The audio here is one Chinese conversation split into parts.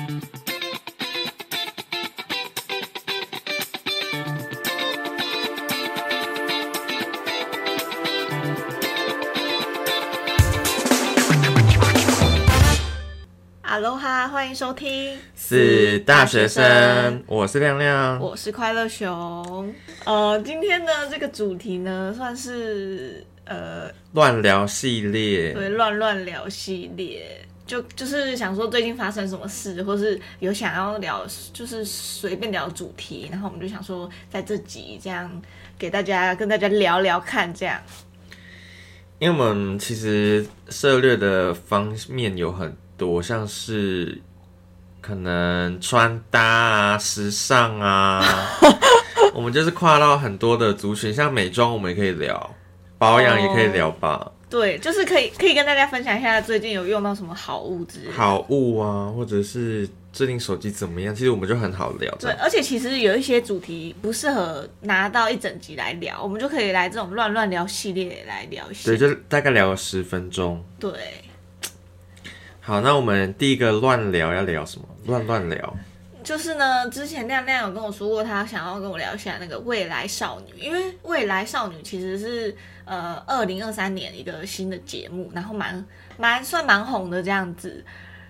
哈喽哈，欢迎收听是大学生，我是亮亮， 我是快乐熊。今天的这个主题呢，算是乱聊系列， 对，乱聊系列，就是想说最近发生什么事，或是有想要聊，就是随便聊主题，然后我们就想说在这集这样跟大家聊聊看，这样。 因为我们其实涉猎的方面有很多，像是可能穿搭啊、时尚啊，我们就是跨到很多的族群，像美妆我们也可以聊，保养也可以聊吧。 对，就是可以跟大家分享一下最近有用到什么好物之类的。 好物啊，或者是最近手机怎么样，其实我们就很好聊。 对，而且其实有一些主题不适合拿到一整集来聊，我们就可以来这种乱聊系列来聊一下。 对，就大概聊个10分钟。 对。 好，那我们第一个乱聊要聊什么？乱聊。 就是呢，之前亮亮有跟我说过，他想要跟我聊一下那个未来少女，因为未来少女其实是2023年一个新的节目，然后算蛮红的这样子。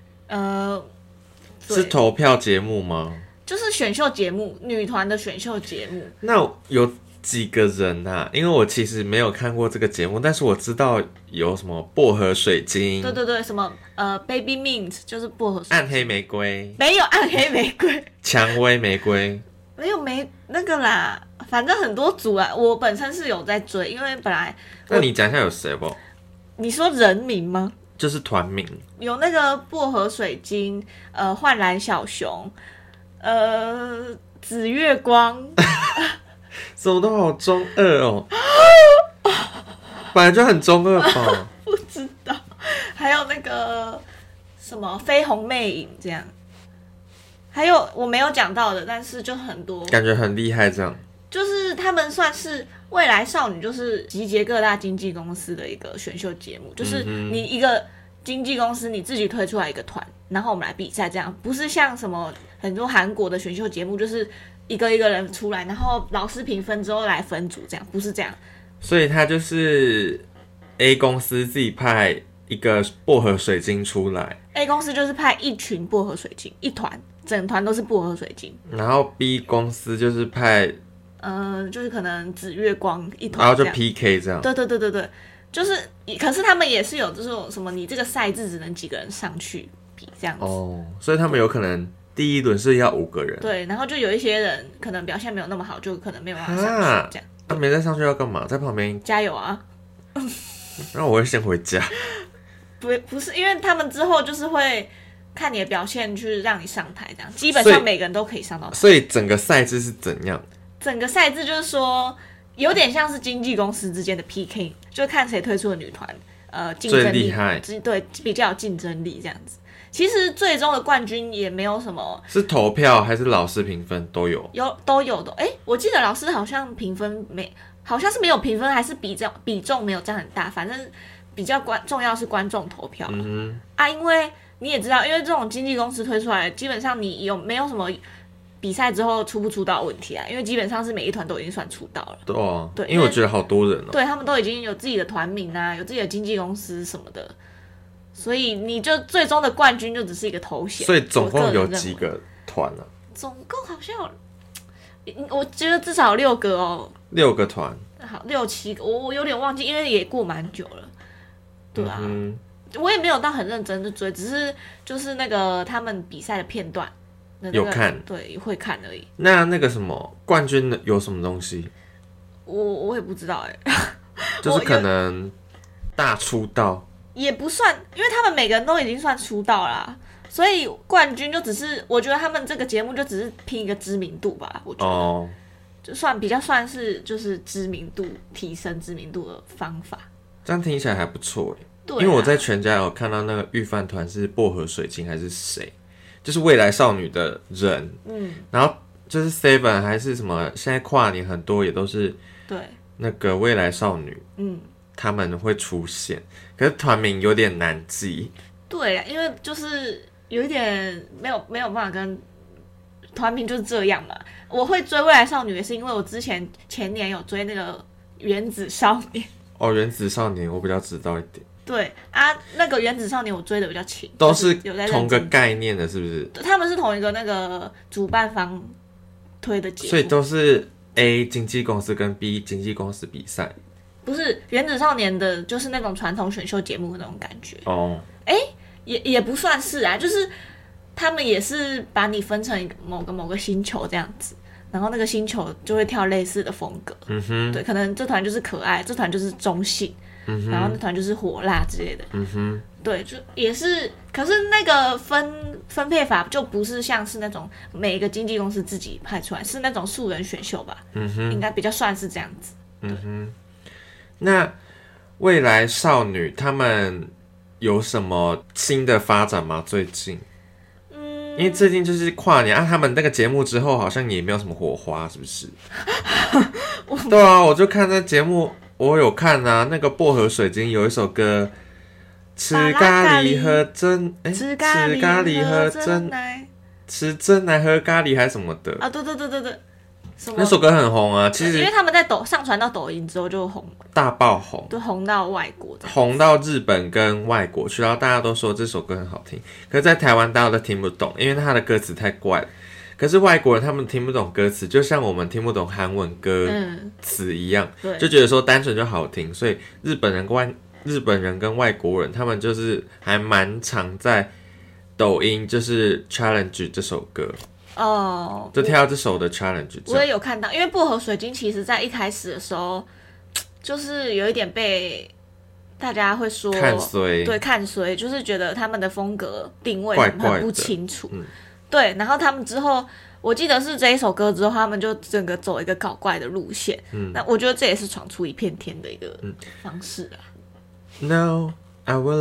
是投票节目吗？ 就是选秀节目，女团的选秀节目。 那有几个人啊？因为我其实没有看过这个节目，但是我知道有什么薄荷水晶， 对，什么Baby Mint 就是薄荷水晶， 暗黑玫瑰， 没有暗黑玫瑰， 蔷薇玫瑰， 没有那个啦，反正很多组啊。我本身是有在追，因为本来那你讲一下有谁不？ 你说人名吗？ 就是团名， 有那个薄荷水晶，幻蓝小熊，紫月光。 什么都好中二哦，本来就很中二吧？ 不知道，还有那个什么绯红魅影这样，还有我没有讲到的，但是就很多， 感觉很厉害这样。 就是他们算是未来少女，就是集结各大经纪公司的一个选秀节目，就是你一个经纪公司你自己推出来一个团，然后我们来比赛，这样不是像什么很多韩国的选秀节目，就是一个一个人出来，然后老师评分之后来分组，这样不是这样。所以他就是 A 公司自己派一个薄荷水晶出来 ，A 公司就是派一群薄荷水晶，一团，整团都是薄荷水晶。 然后 B 公司就是派， 就是可能紫月光一团， 然后就 PK 这样。 对，就是，可是他们也是有这种什么，你这个赛制只能几个人上去比这样子。 哦，所以他们有可能第一轮是要5个人。 对，然后就有一些人可能表现没有那么好，就可能没有办法上去这样。 那没再上去要干嘛？在旁边加油啊！ 然后我会先回家。 不是，因为他们之后就是会看你的表现去让你上台，这样基本上每个人都可以上到台。 所以整个赛制是怎样？ 整个赛制就是说，有点像是经纪公司之间的 PK， 就看谁推出的女团，竞争力最厉害， 对，比较有竞争力这样子。其实最终的冠军也没有什么， 是投票还是老师评分都有？ 都有的。我记得老师好像评分好像是没有评分，还是比重没有占很大，反正比较重要是观众投票因为你也知道，因为这种经纪公司推出来，基本上你没有什么比赛之后出不出道的问题啊，因为基本上是每一团都已经算出道了。 对啊， 对， 因为我觉得好多人对，他们都已经有自己的团名啊，有自己的经纪公司什么的。所以你就最终的冠军就只是一个头衔。 所以总共有几个团啊？ 总共好像我觉得至少6个哦。 6个团。 好，6、7个，我有点忘记，因为也过蛮久了。对啊，我也没有到很认真的追，只是就是那个他们比赛的片段， 有看， 对，会看而已。 那个什么冠军有什么东西？ 我也不知道就是可能大出道。 也不算，因为他们每个人都已经算出道啦，所以冠军就只是，我觉得他们这个节目就只是拼一个知名度吧，我觉得，就比较算是就是知名度提升知名度的方法。 这样听起来还不错对， 因为我在全家有看到那个预饭团是薄荷水晶还是谁，就是未来少女的人，然后就是 Seven 还是什么，现在跨年很多也都是对那个未来少女，他们会出现，可是团名有点难记。 对，因为就是有一点没有办法跟团名就是这样嘛。我会追未来少女也是因为我前年有追那个原子少年。 哦，原子少年我比较知道一点。 对啊，那个原子少年我追的比较勤， 都是有同个概念的，是不是？ 他们是同一个那个主办方推的节目， 所以都是 A 经纪公司跟 B 经纪公司比赛。 不是原子少年的，就是那种传统选秀节目的那种感觉。 哦， 也不算是啊，就是他们也是把你分成一个某个星球这样子，然后那个星球就会跳类似的风格。 嗯哼， 对，可能这团就是可爱，这团就是中性，然后那团就是火辣之类的。 嗯哼， 对，就也是，可是那个分配法就不是像是那种每一个经纪公司自己派出来，是那种素人选秀吧？ 嗯哼， 应该比较算是这样子。 嗯哼，那未来少女他们有什么新的发展吗？最近？因为最近就是跨年啊，他们那个节目之后好像也没有什么火花，是不是？对啊，我就看那节目，我有看啊，那个薄荷水晶有一首歌，吃咖喱喝真， 吃咖喱喝真奶， 吃真奶喝咖喱还是什么的啊？对， 那首歌很红啊，其实因为他们在上传到抖音之后就红， 大爆红， 就红到外国， 红到日本跟外国去，然后大家都说这首歌很好听，可是在台湾大家都听不懂，因为它的歌词太怪了。可是外国人他们听不懂歌词，就像我们听不懂韩文歌词一样，就觉得说单纯就好听，所以日本人跟外国人他们就是还蛮常在抖音就是 challenge 这首歌。哦，就跳这首的 challenge。 我也有看到，因为薄荷水晶其实在一开始的时候，就是有一点被大家会说看衰， 对，看衰，就是觉得他们的风格定位很不清楚。对，然后他们之后，我记得是这一首歌之后，他们就整个走一个搞怪的路线。那我觉得这也是闯出一片天的一个方式啊。 No, I will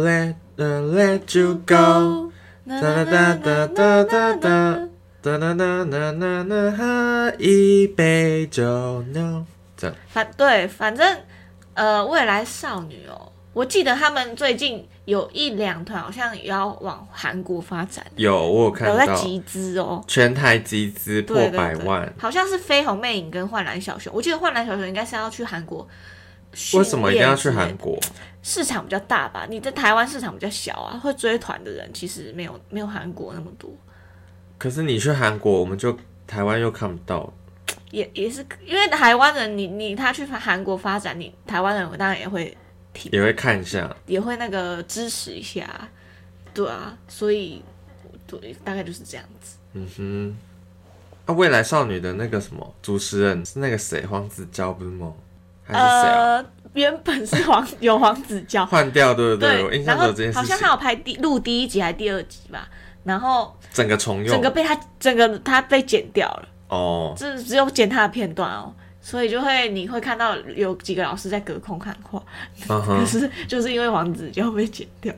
let you go. 哒哒哒哒哒哒哒。哒哒哒哒哒哒，喝一杯酒 ，no， 这样。 反正未来少女哦，我记得他们最近有1-2团好像也要往韩国发展。 我有看到。 有在集资哦， 全台集资破100万。 好像是绯红魅影跟幻蓝小熊，我记得幻蓝小熊应该是要去韩国。 为什么一定要去韩国？ 市场比较大吧，你在台湾市场比较小啊，会追团的人其实没有韩国那么多。 可是你去韩国，我们就台湾又看不到。 也是因为台湾人，他去韩国发展，你台湾人当然也会看一下， 也会那个支持一下，对啊，所以对，大概就是这样子。 未来少女的那个什么主持人是那个谁，黄子佼不是吗？还是谁啊？ 原本是有黄子佼， 换掉对不对？我印象中有这件事情， 好像他有录第1集还是第2集吧。然后整个重用， 整个他被剪掉了哦， 只有剪他的片段哦，所以你会看到有几个老师在隔空喊话，可是就是因为黄子佼被剪掉。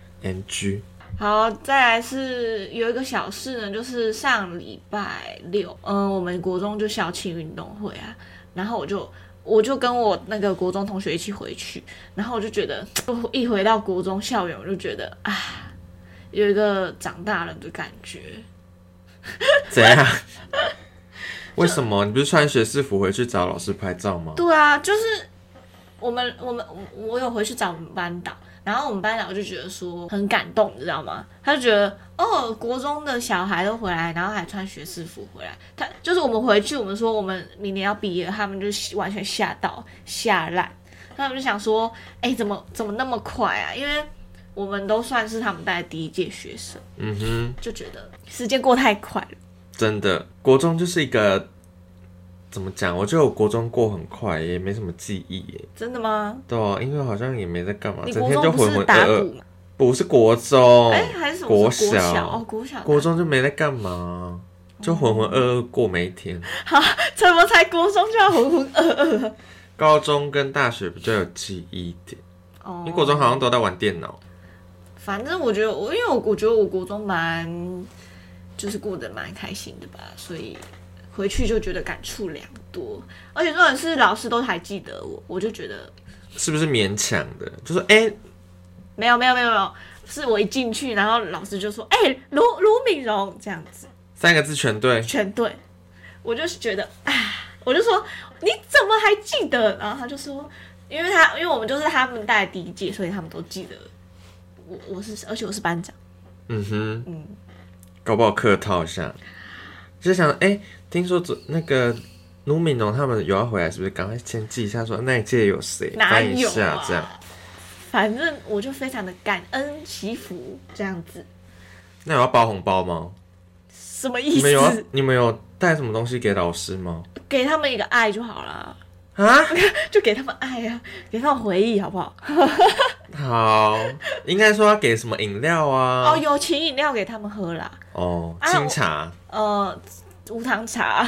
NG。 好，再来是有一个小事呢，就是上礼拜6，我们国中就校庆运动会啊，然后我就跟我那个国中同学一起回去，然后我就觉得一回到国中校园，我就觉得有一个长大了的感觉。 怎样？为什么？你不是穿学士服回去找老师拍照吗？ 对啊，就是我有回去找我们班导，然后我们班导就觉得说很感动，你知道吗？他就觉得国中的小孩都回来，然后还穿学士服回来，他就是我们回去，我们说我们明年要毕业，他们就完全吓烂，他们就想说，怎么那么快啊？因为我们都算是他们带的第1届学生，就觉得时间过太快了。 真的，国中就是一个怎么讲？我觉得我国中过很快，也没什么记忆耶。 真的吗？ 对啊，因为好像也没在干嘛， 整天就浑浑噩噩。不是国中， 还是什么国小？ 国中就没在干嘛，就浑浑噩噩过每一天。 怎么才国中就要浑浑噩噩？ 高中跟大学比较有记忆一点，因为国中好像都在玩电脑。 反正我觉得因为我觉得我国中就是过得蛮开心的吧，所以回去就觉得感触良多，而且重点是老师都还记得我就觉得是不是勉强的？就说没有， 是我一进去，然后老师就说：“卢敏荣这样子。 ”3个字全对， 全对。我就觉得，我就说你怎么还记得？然后他就说，因为我们就是他们带的第一届，所以他们都记得而且我是班长。 搞不好客套一下，就想听说那个卢敏荣他们有要回来，是不是？赶快先记一下说那一届有谁， 哪有啊？ 翻一下这样。 反正我就非常的感恩祈福这样子。 那有要包红包吗？ 什么意思？ 你们有带什么东西给老师吗？ 给他们一个爱就好了啊， 就给他们爱啊，给他们回忆好不好？ 好，应该说要给什么饮料啊？ 有请饮料给他们喝啦。 清茶。 无糖茶。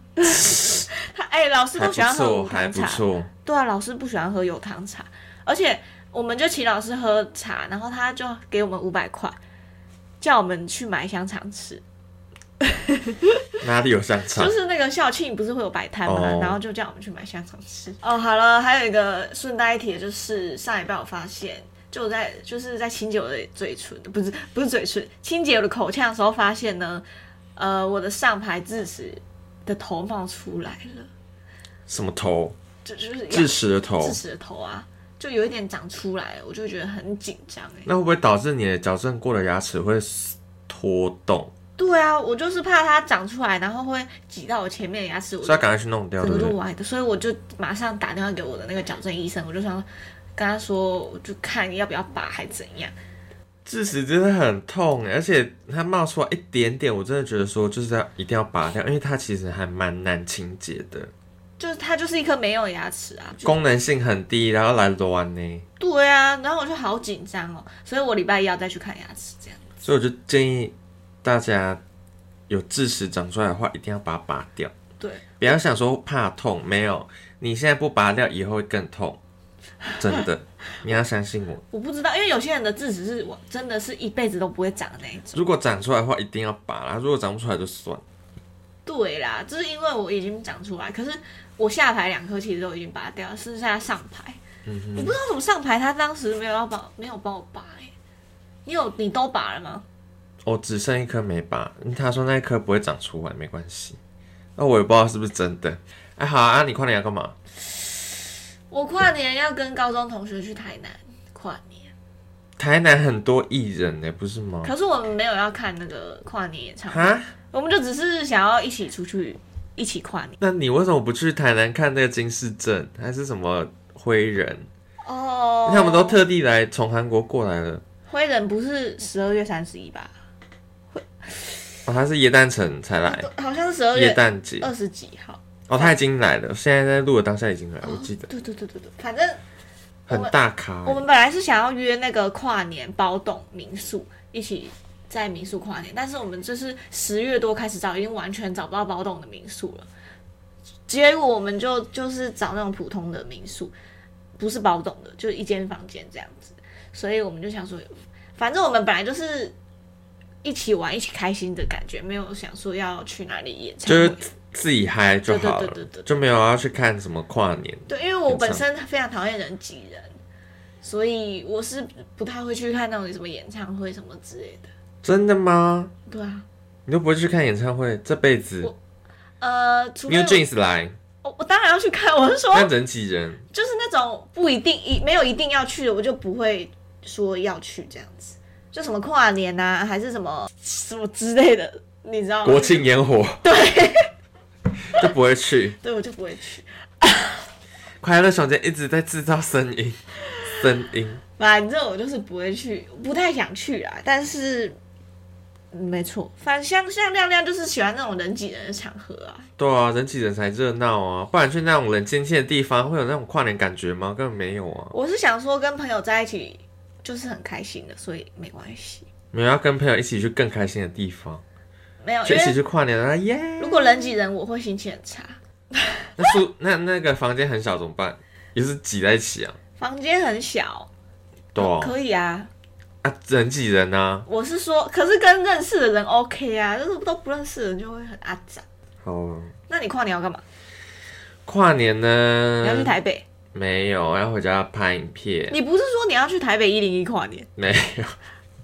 老师都喜欢喝无糖茶， 还不错。 对啊，老师不喜欢喝有糖茶，而且我们就请老师喝茶，然后他就给我们500块，叫我们去买香肠吃。 哪里有香肠？ 就是那个校庆不是会有摆摊吗？然后就叫我们去买香肠吃。好了，还有一个顺带一提的就是上礼拜我发现，就是在清洁我的嘴唇，不是嘴唇，清洁我的口腔的时候发现呢，我的上排智齿的头冒出来了。 什么头？ 就是智齿的头。 智齿的头啊，就有一点长出来了，我就觉得很紧张那会不会导致你的矫正过的牙齿会脱动？ 对啊，我就是怕它长出来，然后会挤到我前面的牙齿， 所以要赶快去弄掉，对不对？ 歪的，所以我就马上打电话给我的那个矫正医生，我就想跟他说，我就看你要不要拔还怎样。 智齿真的很痛，而且它冒出来一点点，我真的觉得说就是一定要拔掉，因为它其实还蛮难清洁的。 就是它就是一颗没用的牙齿啊， 功能性很低，然后来乱呢。 对啊，然后我就好紧张哦，所以我礼拜一要再去看牙齿这样子。 所以我就建议大家有智齿长出来的话，一定要把它拔掉。 对， 不要想说怕痛，没有，你现在不拔掉，以后会更痛，真的，你要相信我。 我不知道，因为有些人的智齿是真的是一辈子都不会长的那一种。 如果长出来的话，一定要拔啦；如果长不出来就算。 对啦，就是因为我已经长出来，可是我下排2颗其实都已经拔掉了，剩下上排。我不知道怎么上排他当时没有帮我拔你都拔了吗？ 只剩1颗没拔，他说那1颗不会长出来，没关系。那我也不知道是不是真的。好啊，你跨年要干嘛？ 我跨年要跟高中同学去台南跨年。 台南很多艺人呢，不是吗？ 可是我们没有要看那个跨年演唱会，我们就只是想要一起出去一起跨年。 那你为什么不去台南看那个金世正还是什么灰人？他们都特地来从韩国过来了。 灰人不是12月31吧？ 他是耶诞城才来， 好像是12月耶诞节 20几号。 他已经来了，现在在录的当下已经来，我记得。 对，反正很大咖。 我们本来是想要约那个跨年包栋民宿，一起在民宿跨年，但是我们就是10月多开始找，已经完全找不到包栋的民宿了。结果我们就是找那种普通的民宿，不是包栋的，就一间房间这样子。所以我们就想说，反正我们本来就是一起玩、一起开心的感觉，没有想说要去哪里演唱会， 就是自己嗨就好了， 对， 就没有要去看什么跨年。 对，因为我本身非常讨厌人挤人，所以我是不太会去看那种什么演唱会什么之类的。 真的吗？ 对啊， 你都不会去看演唱会，这辈子？ 除非因为 Jeans 来， 我当然要去看。我是说， 那人挤人， 就是那种不一定没有一定要去的，我就不会说要去这样子。就什么跨年啊，还是什么之类的，你知道吗？ 国庆烟火， 对， 就不会去。 对，我就不会去。 快乐熊姐一直在制造声音。 反正我就是不会去，不太想去啦。但是，没错，反正像亮亮就是喜欢那种人挤人的场合啊。 对啊，人挤人才热闹啊，不然去那种人亲切的地方，会有那种跨年感觉吗？根本没有啊。 我是想说跟朋友在一起就是很开心的，所以没关系。 没有要跟朋友一起去更开心的地方， 没有， 就一起去跨年啊耶！ 如果人挤人，我会心情很差。 那个房间很小怎么办？也是挤在一起啊。 房间很小， 对啊， 可以啊。 人挤人啊。 我是说，可是跟认识的人 OK 啊，但是都不认识的人就会很阿杂。 好， 那你跨年要干嘛？ 跨年呢？ 你要去台北？ 没有，要回家拍影片。 你不是说你要去台北101跨年？ 没有，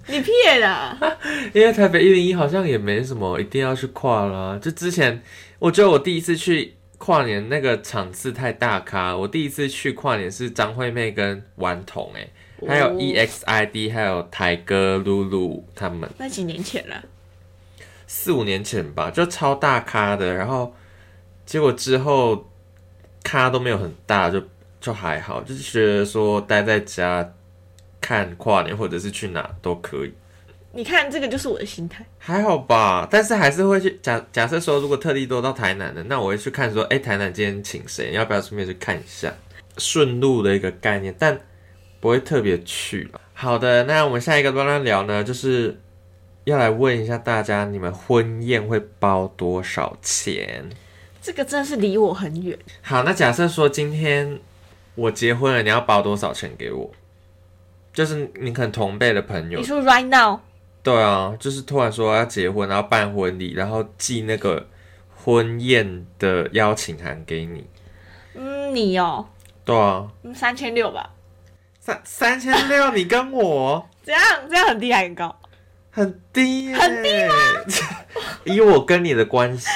你骗啊！ 因为台北101好像也没什么一定要去跨啦。就之前，我觉得我第一次去跨年那个场次太大咖。我第一次去跨年是张惠妹跟顽童，还有 EXID， 还有台哥、露露他们。 那几年前了 ，4、5年前吧，就超大咖的。然后结果之后咖都没有很大，就还好，就是觉得说待在家看跨年或者是去哪都可以。 你看这个就是我的心态， 还好吧，但是还是会去假设说，如果特地都到台南的，那我会去看说，台南今天请谁，要不要顺便去看一下，顺路的一个概念，但不会特别去了。好的，那我们下一个段落聊呢，就是要来问一下大家，你们婚宴会包多少钱？ 这个真的是离我很远。 好，那假设说今天我结婚了，你要包多少钱给我？就是你可能同辈的朋友， 你说 right now？ 对啊，就是突然说要结婚，然后办婚礼，然后寄那个婚宴的邀请函给你。 你哦。 对啊。 3600吧。 3600，你跟我这样很低还很高？ 很低耶， 很低吗？ 以我跟你的关系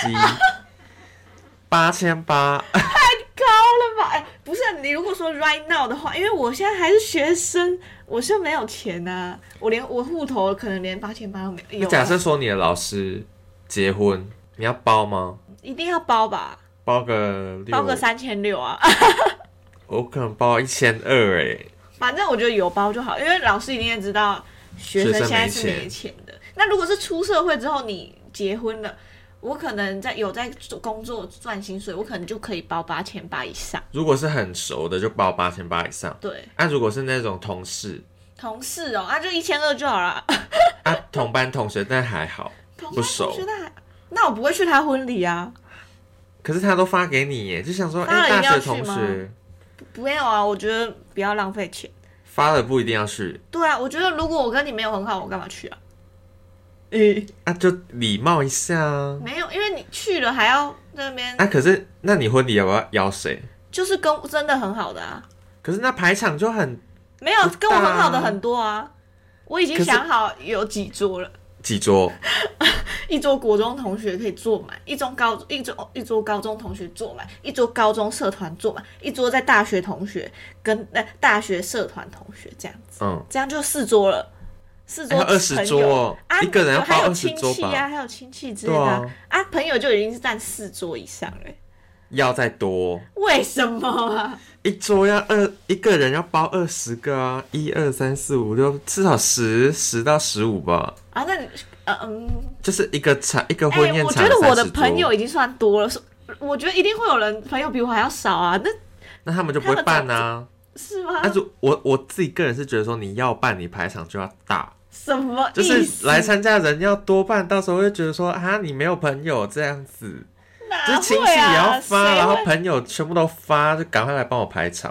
，8800。 太高了吧？不是，你如果说 right now 的话，因为我现在还是学生，我是没有钱啊，我户头可能连8800都没有。 假设说你的老师结婚，你要包吗？ 一定要包吧？ 包个 3600啊。 我可能包1200 反正我觉得有包就好，因为老师一定会知道学生现在是没钱的。那如果是出社会之后你结婚了，我可能有在工作赚薪水，我可能就可以包8800以上。 如果是很熟的，就包8800以上。 对。 如果是那种同事哦，就1200就好了。 同班同学但还好，不熟。 那我不会去他婚礼啊。 可是他都发给你耶，就想说，大学同学。 没有啊，我觉得不要浪费钱。 发了不一定要去。 对啊，我觉得如果我跟你没有很好，我干嘛去啊？ 就礼貌一下啊。 没有，因为你去了还要那边。 可是那你婚礼要不要邀谁？ 就是跟真的很好的啊。 可是那排场就很没有跟我很好的很多啊。我已经想好有几桌了。 几桌？ 一桌国中同学可以坐满，一桌高中同学坐满，一桌高中社团坐满，一桌在大学同学跟大学社团同学这样子。这样就4桌了，4桌 20桌一个人要包20桌吧？ 还有亲戚之类的朋友就已经是占4桌以上了。 要再多？ 为什么啊？ 一桌一个人要包20个啊，1、2、3、4、5、6，至少10到15吧。 那你就是一个婚宴场， 我觉得我的朋友已经算多了，我觉得一定会有人朋友比我还要少啊。 那他们就不会办啊？ 是吗？ 但是我自己个人是觉得说，你要办，你排场就要大。 什么意思？ 就是来参加的人要多办，到时候会觉得说你没有朋友这样子。就是亲戚也要发，然后朋友全部都发，就赶快来帮我排场。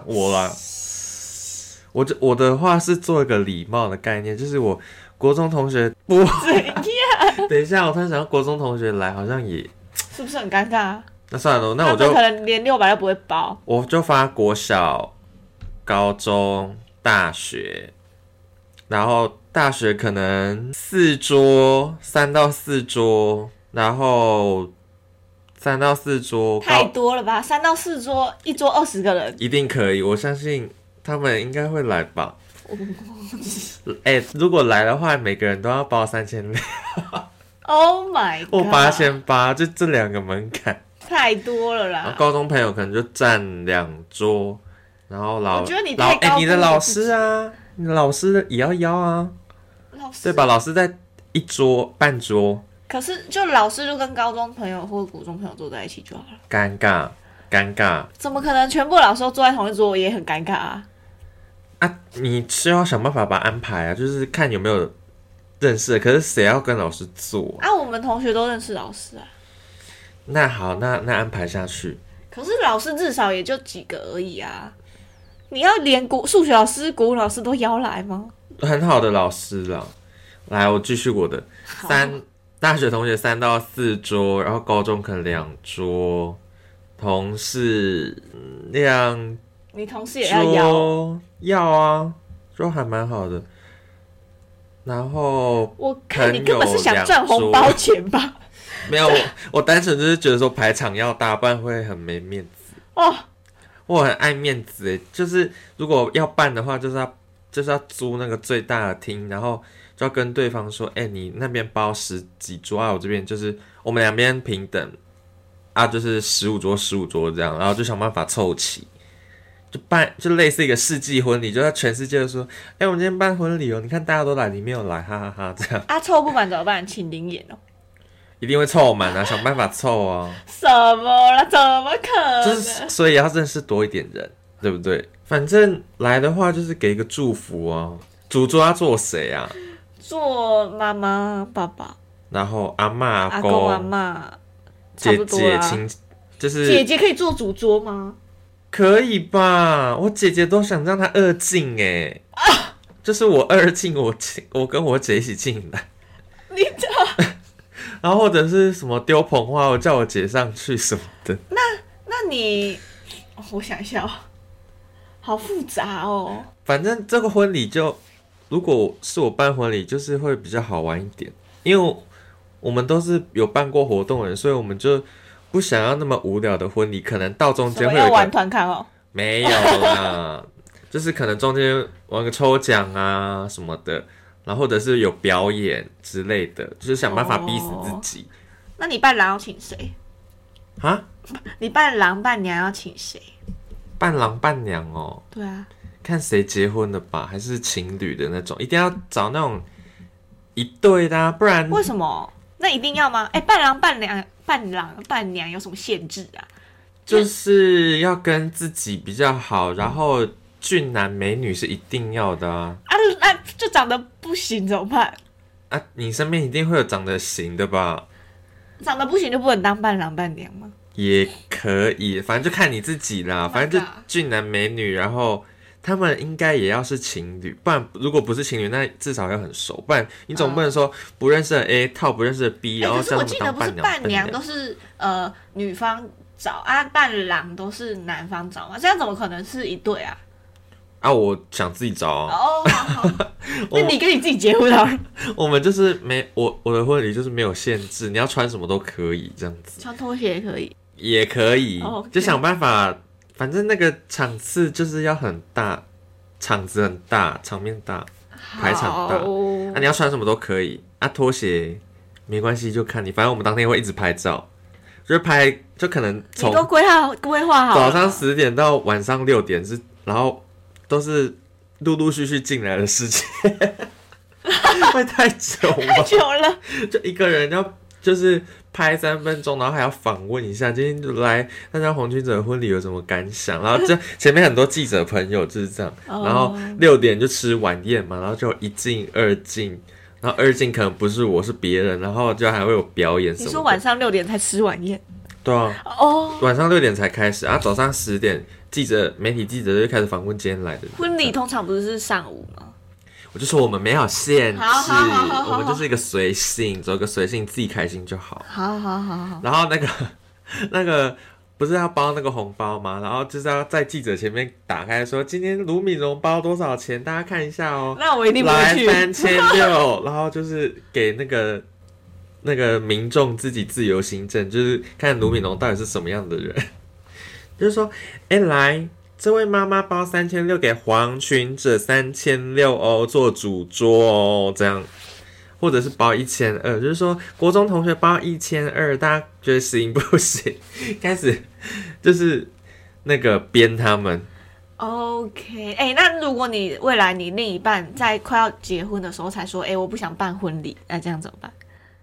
我的话是做一个礼貌的概念，就是我国中同学不怎样？ 等一下，我突然想到国中同学来，好像也是不是很尴尬？ 那算了，那我就可能连600都不会包， 我就发国小、高中、大学，然后大学可能4桌，3到4桌，然后。3到4桌太多了吧？3到4桌，一桌20个人， 一定可以。我相信他们应该会来吧。如果来的话，每个人都要包3600。 Oh my god！ 我8800，就这2个门槛， 太多了啦。 然后高中朋友可能就占2桌，然后我觉得你太高， 你的老师啊，你的老师也要邀啊，对吧？老师在一桌半桌。 可是，就老师就跟高中朋友或国中朋友坐在一起就好了。 尴尬。 怎么可能全部老师都坐在同一桌？也很尴尬啊！ 你是要想办法把它安排啊，就是看有没有认识的。可是谁要跟老师坐我们同学都认识老师啊。 那好，那安排下去。 可是老师至少也就几个而已啊！你要连数学老师、国文老师都邀来吗？ 很好的老师啦。来，我继续我的大学同学3到4桌，然后高中可能2桌，同事2， 你同事也要邀？ 要啊，就还蛮好的。 然后我看你根本是想赚红包钱吧？ 没有，我单纯就是觉得说排场要大，不然会很没面子哦。我很爱面子诶，就是如果要办的话，就是要租那个最大的厅，然后就要跟对方说，你那边包10几桌啊，我这边就是我们两边平等啊，就是15桌15桌这样，然后就想办法凑齐。就类似一个世纪婚礼，就在全世界都说，我们今天办婚礼哦，你看大家都来，你没有来，哈哈哈，这样。 啊，凑不满怎么办？请灵演哦。 一定会凑满啊，想办法凑啊。 什么啦？怎么可能？ 就是所以要认识多一点人，对不对？反正来的话就是给一个祝福啊。主桌要做谁啊？ 做妈妈、爸爸， 然后阿嬷、 阿公、阿嬷， 姐姐、就是姐姐可以做主桌吗？ 可以吧？我姐姐都想让她二进就是我二进，我跟我姐一起进来。 你这， 然后或者是什么丢捧花，我叫我姐上去什么的。 那你，我想一下哦，好复杂哦。 反正这个婚礼如果是我办婚礼，就是会比较好玩一点，因为我们都是有办过活动的人，所以我们就不想要那么无聊的婚礼，可能到中间会有要玩团康哦。 没有啦，就是可能中间玩个抽奖啊什么的，然后或者是有表演之类的，就是想办法逼死自己。 那你伴郎要请谁啊？ 你伴郎伴娘要请谁？ 伴郎伴娘哦。 对啊。 看谁结婚的吧，还是情侣的那种，一定要找那种一对的不然为什么？那一定要吗？伴郎伴娘有什么限制啊？ 就是要跟自己比较好，然后俊男美女是一定要的啊。 就长得不行怎么办？ 你身边一定会有长得行的吧？ 长得不行就不能当伴郎伴娘吗？ 也可以，反正就看你自己啦。反正就俊男美女，然后他们应该也要是情侣，不然如果不是情侣，那至少要很熟，不然你总不能说不认识的 A 套不认识的 B， 然后可是我记得不是伴娘都是女方找伴郎都是男方找嘛，这样怎么可能是一对啊？ 我想自己找哦，好，那你跟你自己结婚啊？ 我们就是我的婚礼就是没有限制，你要穿什么都可以，这样子。 穿拖鞋也可以， 也可以，就想办法。反正那个场次就是要很大，场子很大，场面大，排场大。你要穿什么都可以。拖鞋没关系，就看你。反正我们当天会一直拍照，就可能从你都规划好了， 早上10点到晚上6点然后都是陆陆续续进来的事情，会太久吗？ 太久了， 就一个人就是拍3分钟，然后还要访问一下今天来参加红军者的婚礼有什么感想，然后就前面很多记者朋友就是这样，然后6点就吃晚宴嘛，然后就1进2进，然后2进可能不是我是别人，然后就还会有表演什么的。 你说晚上6点才吃晚宴？ 对啊，晚上6点才开始早上10点媒体记者就开始访问今天来的人。 婚礼通常不是上午吗？ 我就说我们没有限制， 好我们就是一个随性，走个随性，自己开心就好。 好。 然后那个不是要包那个红包吗？然后就是要在记者前面打开说，今天卢敏荣包多少钱？大家看一下哦。 那我一定不会去。 来3600，然后就是给那个民众自己自由行政，就是看卢敏荣到底是什么样的人。就是说，来。这位妈妈包3600给黄群者3600哦，做主桌哦，这样，或者是包1200，就是说国中同学包1200，大家觉得行不行？开始就是那个编他们。 OK， 那如果你未来你另一半在快要结婚的时候才说，我不想办婚礼，那这样怎么办？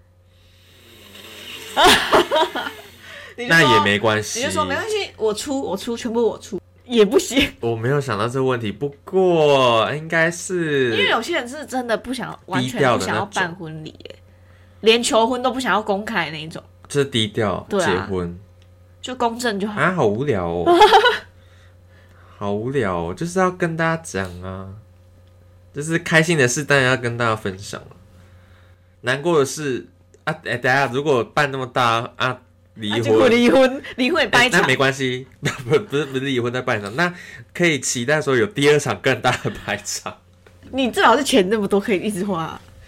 那也没关系， 你就说没关系，我出，全部我出。也不行， 我没有想到这个问题。不过应该是因为有些人是真的完全不想要办婚礼，连求婚都不想要公开那一种， 就是低调结婚， 就公证就好。 好无聊哦，好无聊哦，就是要跟大家讲啊，就是开心的事当然要跟大家分享了，难过的事等一下如果办那么大离婚也办一场， 那没关系，不是离婚再办一场，那可以期待说有第2场更大的排场。 你至少是钱那么多可以一直花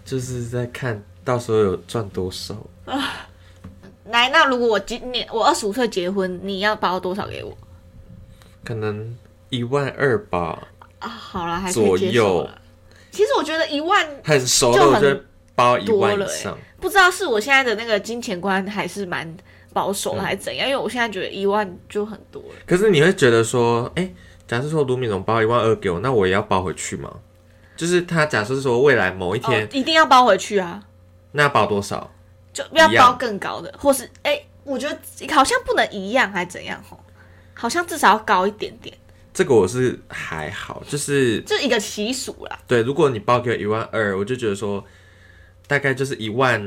就是在看到时候有赚多少。 来，那如果我今年我25岁结婚，你要包多少给我？ 可能12000吧。 啊，好啦，还可以接受啦。其实我觉得1万很熟的，我觉得包1万以上。 不知道是我现在的那个金钱观还是蛮保守的，还是怎样？因为我现在觉得1万就很多了。 可是你会觉得说，假设说卢敏荣包12000给我，那我也要包回去吗？就是他假设说未来某一天、 一定要包回去啊， 那要包多少？ 就要包更高的，或是我觉得好像不能一样，还怎样吼？好像至少要高一点点。 这个我是还好，就是这一个习俗啦。 对，如果你包给我12000，我就觉得说大概就是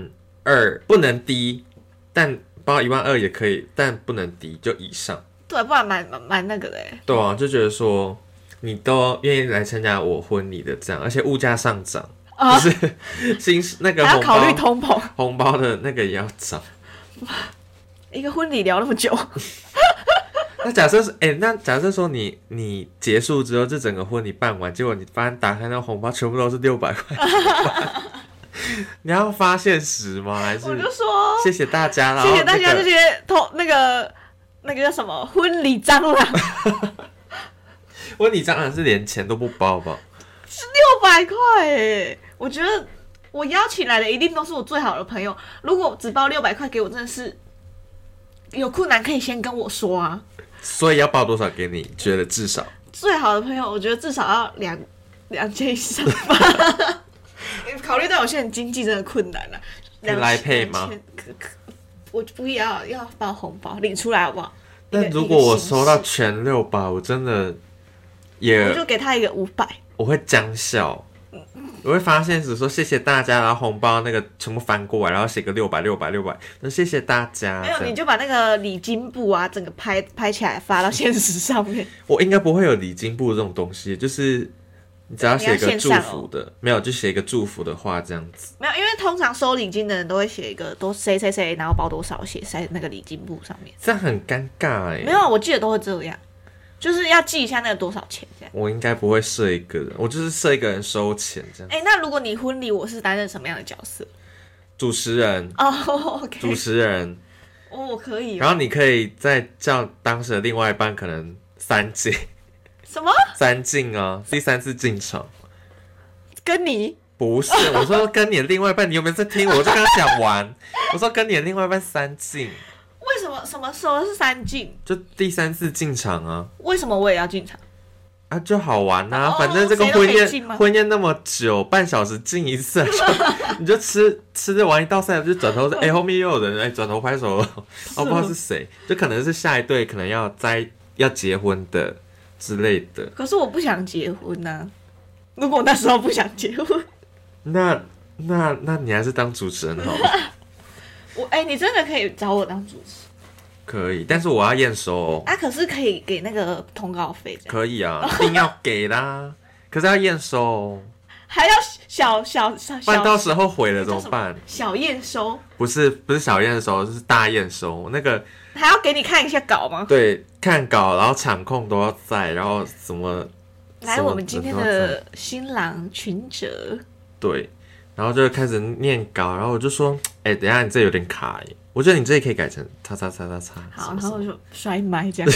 12000，不能低，但包12000也可以，但不能低，就以上。 对，不然蛮那个的对啊，就觉得说你都愿意来参加我婚礼的这样，而且物价上涨，就是那个还要考虑通膨， 红包的那个也要涨。 一个婚礼聊那么久。 那假设是那假设说你结束之后，这整个婚礼办完，结果你发现打开那个红包全部都是600块，你要发现实吗？还是我就说谢谢大家啦， 谢谢大家这些那个叫什么婚礼蟑螂？ 婚礼蟑螂是连钱都不包吧？ 是600块我觉得我邀请来的一定都是我最好的朋友，如果只包600块给我，真的是有困难可以先跟我说啊。 所以要包多少给你？觉得至少最好的朋友，我觉得至少要2000以上吧。考虑到有些人经济真的困难了， 可以来配吗？ 我不要包红包，领出来好不好？ 但如果我收到全600，我真的我就给他一个500， 我会僵笑。我会发现只说谢谢大家，然后红包那个全部翻过来，然后写个600，那谢谢大家。 没有，你就把那个礼金簿啊，整个拍起来发到现实上面。 我应该不会有礼金簿这种东西，就是你只要写一个祝福的，没有就写一个祝福的话这样子。 没有，因为通常收礼金的人都会写一个都谁，然后包多少写在那个礼金簿上面， 这样很尴尬没有，我记得都会这样。就是要记一下那个多少钱这样。 我应该不会设一个人，我就是设一个人收钱这样。 那如果你婚礼我是担任什么样的角色？ 主持人。 OK。 主持人。 可以。 然后你可以再叫当时的另外一半可能3进。 什么 ？3进啊，第3次进场。 跟你？ 不是，我说跟你的另外一半，你有没有在听？我就跟他讲完，我说跟你的另外一半3进。 为什么什么是3进？ 就第3次进场啊。 为什么我也要进场？ 啊，就好玩啊！反正这个婚宴那么久，半小时进一次，你就吃着玩一道菜，就转头后面又有人转头拍手了，不知道是谁，就可能是下一对可能要结婚的之类的。 可是我不想结婚啊！如果我那时候不想结婚， 那你还是当主持人好了。 你真的可以找我当主持。 可以，但是我要验收哦。 可是可以给那个通告费。 可以啊，一定要给啦。可是要验收哦。 还要小， 不然到时候毁了怎么办？ 小验收？ 不是小验收，是大验收。那个还要给你看一下稿吗？ 对，看稿，然后场控都要在，然后什么？ 来，我们今天的新郎群哲。 对，然后就开始念稿，然后我就说，等一下你这有点卡耶。我觉得你这里可以改成叉。 好，然后就摔麦这样。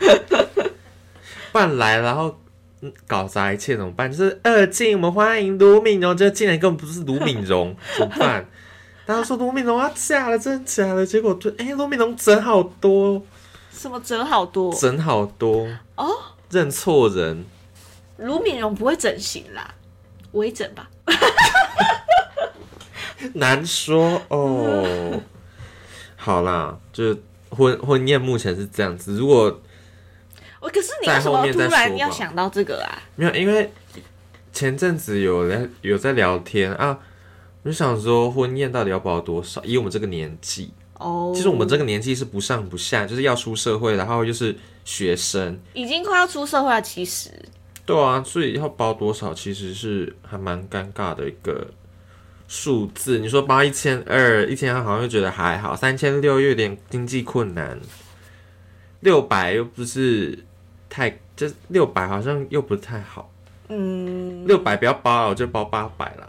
不然来，然后搞砸一切怎么办？就是2进，我们欢迎卢敏荣，这进来根本不是卢敏荣，怎么办？大家说卢敏荣要嫁了，真的假的？结果就卢敏荣整好多。 什么整好多？ 整好多哦，认错人。 卢敏荣不会整形啦，微整吧？ 难说哦。好啦，就婚宴目前是这样子。如果可是你为什么突然要想到这个啊？ 没有，因为前阵子有在聊天啊，我就想说婚宴到底要包多少？以我们这个年纪其实我们这个年纪是不上不下，就是要出社会，然后就是学生，已经快要出社会了。其实对啊，所以要包多少其实是还蛮尴尬的一个数字。你说包1200好像又觉得还好，3600又有点经济困难，600又不是太，就是600好像又不是太好。600不要包了，我就包800啦。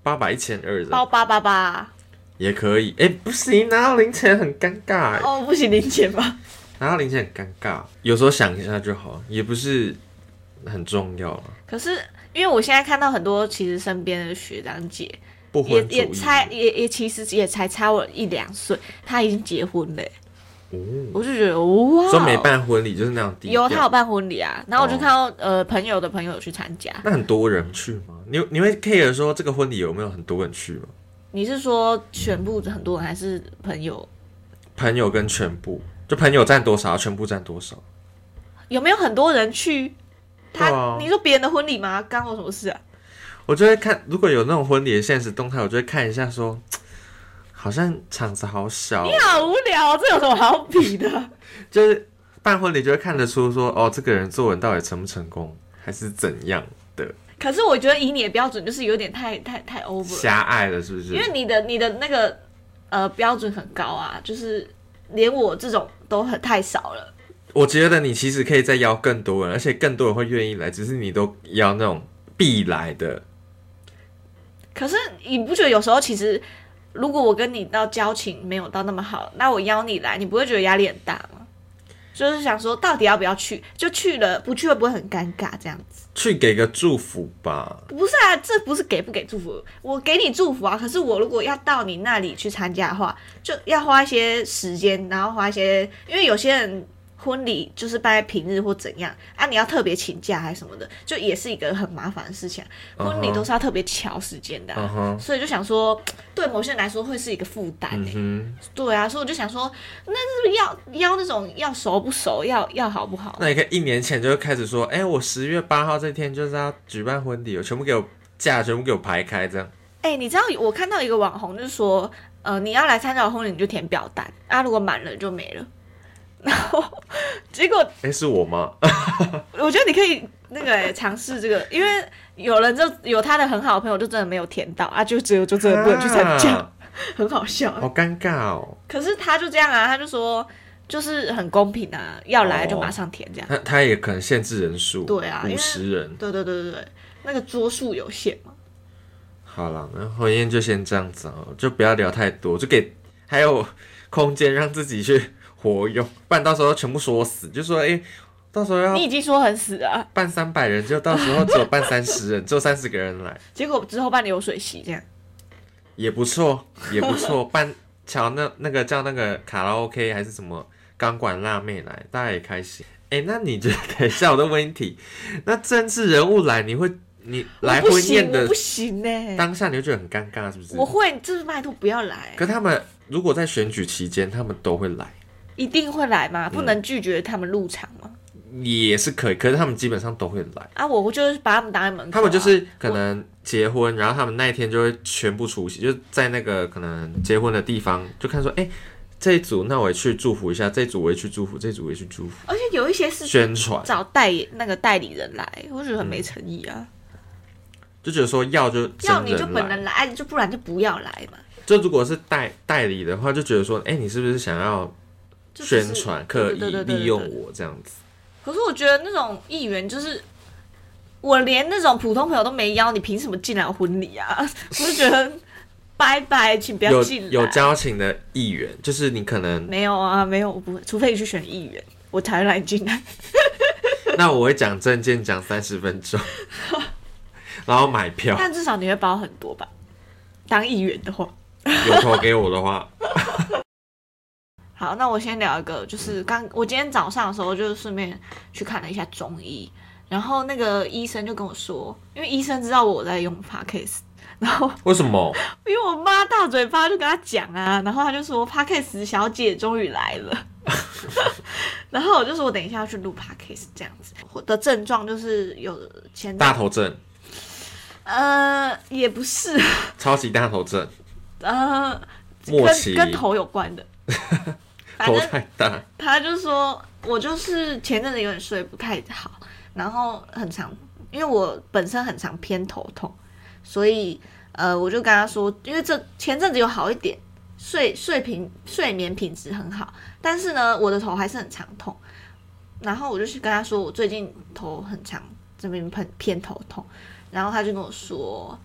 800、1200的， 包888。 也可以。不行，拿到零钱很尴尬。 哦，不行，零钱吧。 拿到零钱很尴尬，有时候想一下就好，也不是很重要了。 可是因为我现在看到很多其实身边的学长姐不婚主义也其实也才差我1-2岁，他已经结婚了。我就觉得哇， 说没办婚礼就是那样低调。 他有办婚礼啊，然后我就看到朋友的朋友去参加。 那很多人去吗？你会 care 说这个婚礼有没有很多人去吗？你是说全部很多人还是朋友？ 朋友跟全部，就朋友占多少，全部占多少？ 有没有很多人去？你说别人的婚礼吗？干我什么事啊？ 我就会看，如果有那种婚礼的现实动态，我就会看一下说，好像场子好小。 你好无聊，这有什么好比的？ 就是办婚礼就会看得出说，哦，这个人做人到底成不成功，还是怎样的。 可是我觉得以你的标准，就是有点太 over 狭隘了，是不是？ 因为你的那个标准很高啊，就是连我这种都太少了。 我觉得你其实可以再邀更多人，而且更多人会愿意来，只是你都邀那种必来的。 可是你不觉得有时候其实，如果我跟你到交情没有到那么好，那我邀你来，你不会觉得压力很大吗？就是想说，到底要不要去？就去了，不去会不会很尴尬？这样子去给个祝福吧。 不是啊，这不是给不给祝福，我给你祝福啊。可是我如果要到你那里去参加的话，就要花一些时间，然后花一些，因为有些人婚礼就是办在平日或怎样啊，你要特别请假还是什么的，就也是一个很麻烦的事情。婚礼都是要特别调时间的所以就想说，对某些人来说会是一个负担对啊，所以我就想说，那是不是要那种要熟不熟，要好不好？ 那你可以1年前就开始说，我10月8号这天就是要举办婚礼，我全部给我假，全部给我排开这样。 你知道我看到一个网红就是说，你要来参加我婚礼你就填表单啊，如果满了就没了。然后结果是我吗？ 我觉得你可以那个尝试这个，因为有人就有他的很好的朋友就真的没有填到啊，就真的不能去参加，很好笑， 好尴尬哦。 可是他就这样啊，他就说就是很公平啊，要来就马上填这样。 他也可能限制人数， 对啊 ，50人。 对，那个桌数有限嘛。 好了，那婚宴就先这样子就不要聊太多，就给还有空间让自己去活用，不然到时候全部说死，就说到时候要你已经说很死啊， 办300人，就到时候只有办30人，只有30个人来， 结果之后办流水席这样， 也不错，也不错。办瞧那个叫那个卡拉 OK 还是什么钢管辣妹来，大家也开心。那你觉得等一下我再问一题，那政治人物来，你来婚宴的我不行当下你会觉得很尴尬，是不是？ 我会，就是拜托不要来。 可他们如果在选举期间，他们都会来。 一定会来吗？不能拒绝他们入场吗？ 也是可以，可是他们基本上都会来啊。我就是把他们挡在门口他们就是可能结婚，然后他们那一天就会全部出席，就在那个可能结婚的地方，就看说，这一组那我也去祝福一下，这一组我也去祝福，这一组我也去祝福。 而且有一些是宣传找那个代理人来，我觉得很没诚意啊。 就觉得说要你就本人来，就不然就不要来嘛。 就如果是代理的话，就觉得说，你是不是想要宣传刻意利用我这样子？ 可是我觉得那种议员就是我连那种普通朋友都没邀，你凭什么进来婚礼啊？我就觉得拜拜，请不要进来。 有交情的议员，就是你可能没有啊，没有，我不会，除非你去选议员，我才会让你进来。 那我会讲政见讲30分钟，然后买票。 但至少你会包很多吧？当议员的话， 有投给我的话。 好，那我先聊一个，就是我今天早上的时候，就顺便去看了一下中医，然后那个医生就跟我说，因为医生知道我在用 Podcast， 然后为什么？ 因为我妈大嘴巴就跟他讲啊，然后他就说 Podcast 小姐终于来了，然后我就说我等一下要去录 Podcast 这样子。我的症状就是有大头症， 也不是， 超级大头症， 末期跟头有关的。 头太大， 他就说我就是前阵子有点睡不太好，然后很常，因为我本身很常偏头痛，所以我就跟他说，因为前阵子有好一点，睡眠品质很好，但是呢我的头还是很常痛，然后我就去跟他说我最近头很常这边偏头痛，然后他就跟我说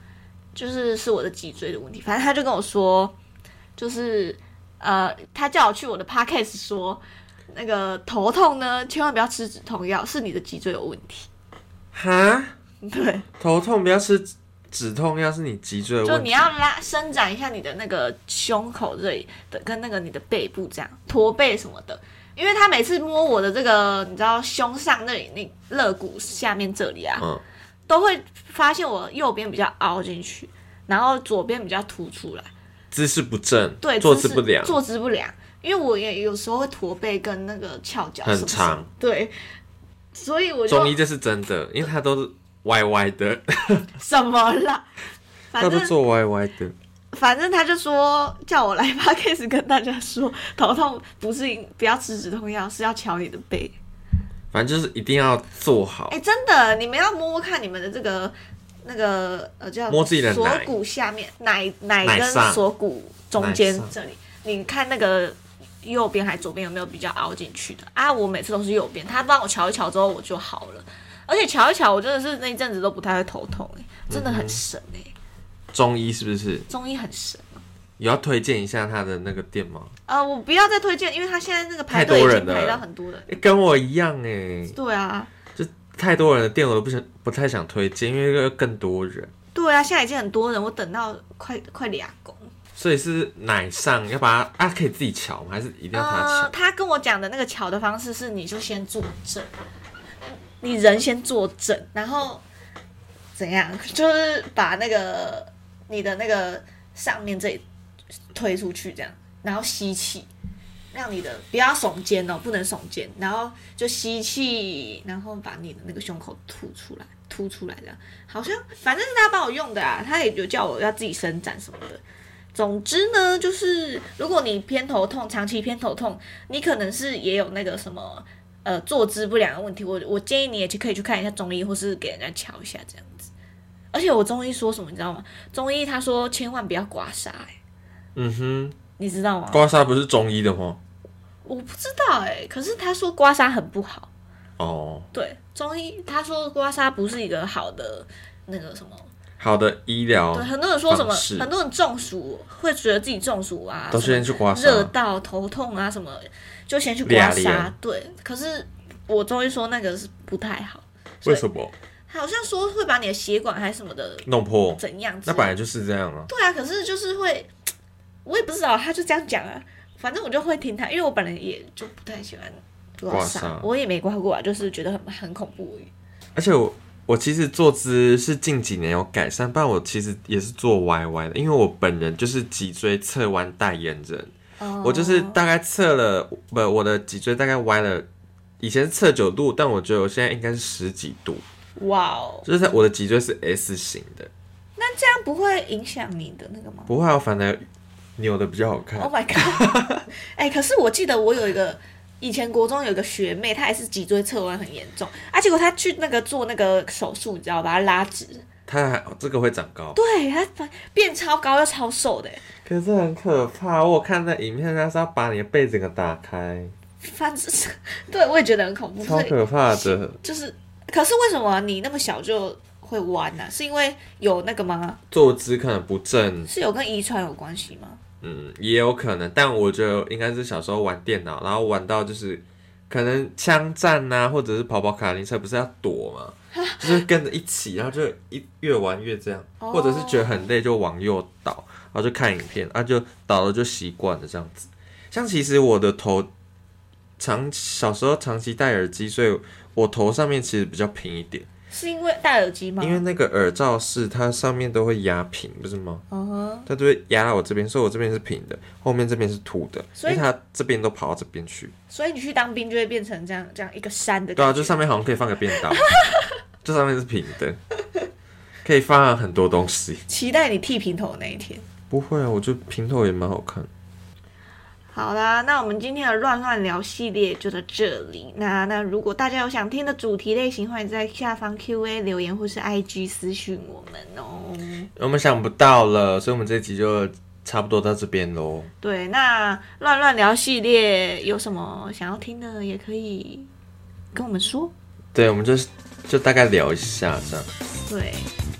是我的脊椎的问题。反正他就跟我说，就是他叫我去我的 podcast 说，那个头痛呢，千万不要吃止痛药，是你的脊椎有问题。 哈？ 对， 头痛不要吃止痛药，是你脊椎的问题。 就你要伸展一下你的那个胸口这里的，跟那个你的背部这样驼背什么的。因为他每次摸我的这个，你知道胸上那里那肋骨下面这里啊，都会发现我右边比较凹进去，然后左边比较凸出来， 姿势不正， 对， 坐姿不良， 坐姿不良。因为我也有时候会驼背跟那个翘脚很长， 对，所以我就中医这是真的，因为他都是歪歪的， 什么啦， 他都做歪歪的。 反正他就说叫我来 podcast 跟大家说，头痛不要吃止痛药，是要瞧你的背。 反正就是一定要做好。 真的，你们要摸摸看你们的这个那个叫摸自己的锁骨下面奶跟锁骨中间这里，你看那个右边还左边有没有比较凹进去的啊？我每次都是右边，他帮我瞧一瞧之后我就好了，而且瞧一瞧我真的是那一阵子都不太会头痛真的很神中医是不是？ 中医很神。 有要推荐一下他的那个店吗？ 我不要再推荐，因为他现在那个排队已经排到很多人， 跟我一样对啊， 就太多人的店我都不太想推荐，因为更多人。 对啊，现在已经很多人，我等到快2公。 所以是奶上要把它可以自己瞧吗？还是一定要他瞧？ 他跟我讲的那个瞧的方式是，你就先坐正，你人先坐正，然后怎样，就是把那个你的那个上面这里推出去，这样，然后吸气，让你的不要耸肩不能耸肩，然后就吸气，然后把你的那个胸口凸出来，这样，好像反正是他帮我用的啊，他也有叫我要自己伸展什么的。总之呢，就是如果你偏头痛，长期偏头痛，你可能是也有那个什么坐姿不良的问题，我建议你也可以去看一下中医，或是给人家瞧一下这样子。而且我中医说什么你知道吗？中医他说千万不要刮痧你知道吗？ 刮痧不是中医的吗？ 我不知道可是他说刮痧很不好对，中医他说刮痧不是一个好的那个什么好的医疗。 对，很多人说什么，很多人中暑会觉得自己中暑啊， 都先去刮痧， 热到头痛啊什么，就先去刮痧。对，可是我中医说那个是不太好。 为什么？ 好像说会把你的血管还是什么的弄破， 怎样？ 那本来就是这样啊。 对啊，可是就是会，我也不知道，他就这样讲啊。反正我就会听他，因为我本人也就不太喜欢刮痧，我也没刮过啊，就是觉得很恐怖而已。 而且我其实坐姿是近几年有改善，不然我其实也是坐歪歪的，因为我本人就是脊椎侧弯代言人。我就是大概侧了我的脊椎大概歪了，以前是侧9度，但我觉得我现在应该是10几度。 哇哦！ 就是我的脊椎是 S 型的。 那这样不会影响你的那个吗？ 不会，我反而扭的比较好看。 Oh my god！ 可是我记得我有一个以前国中有一个学妹，她也是脊椎侧弯很严重结果她去做那个手术，你知道把它拉直， 她这个会长高， 对，她变超高又超瘦的可是很可怕。我有看那影片，她是要把你的背整个打开， 反正对我也觉得很恐怖， 超可怕的。 就是，可是为什么你那么小就会弯呢？是因为有那个吗？ 坐姿可能不正， 是有跟遗传有关系吗？ 也有可能，但我觉得应该是小时候玩电脑，然后玩到就是可能枪战啊，或者是跑卡丁车，不是要躲吗？就是跟着一起，然后就越玩越这样，或者是觉得很累就往右倒，然后就看影片就倒了就习惯了这样子。像其实我的头小时候长期戴耳机，所以我头上面其实比较平一点。 是因为戴耳机吗？ 因为那个耳罩式它上面都会压平，不是吗？它就会压到我这边，所以我这边是平的，后面这边是凸的，所以它这边都跑到这边去。 所以你去当兵就会变成这样一个山的感觉。 对啊，就上面好像可以放个便当，这上面是平的，可以放很多东西。 期待你剃平头的那一天。 不会啊，我觉得平头也蛮好看。 好啦，那我们今天的乱乱聊系列就到这里。那如果大家有想听的主题类型，欢迎在下方 Q&A 留言或是 IG 私讯我们哦。 我们想不到了，所以我们这集就差不多到这边咯。 对，那乱乱聊系列有什么想要听的，也可以跟我们说。 对，我们就大概聊一下这样。 对，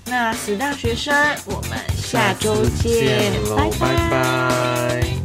那死大学生，我们下周见， 喽，拜拜。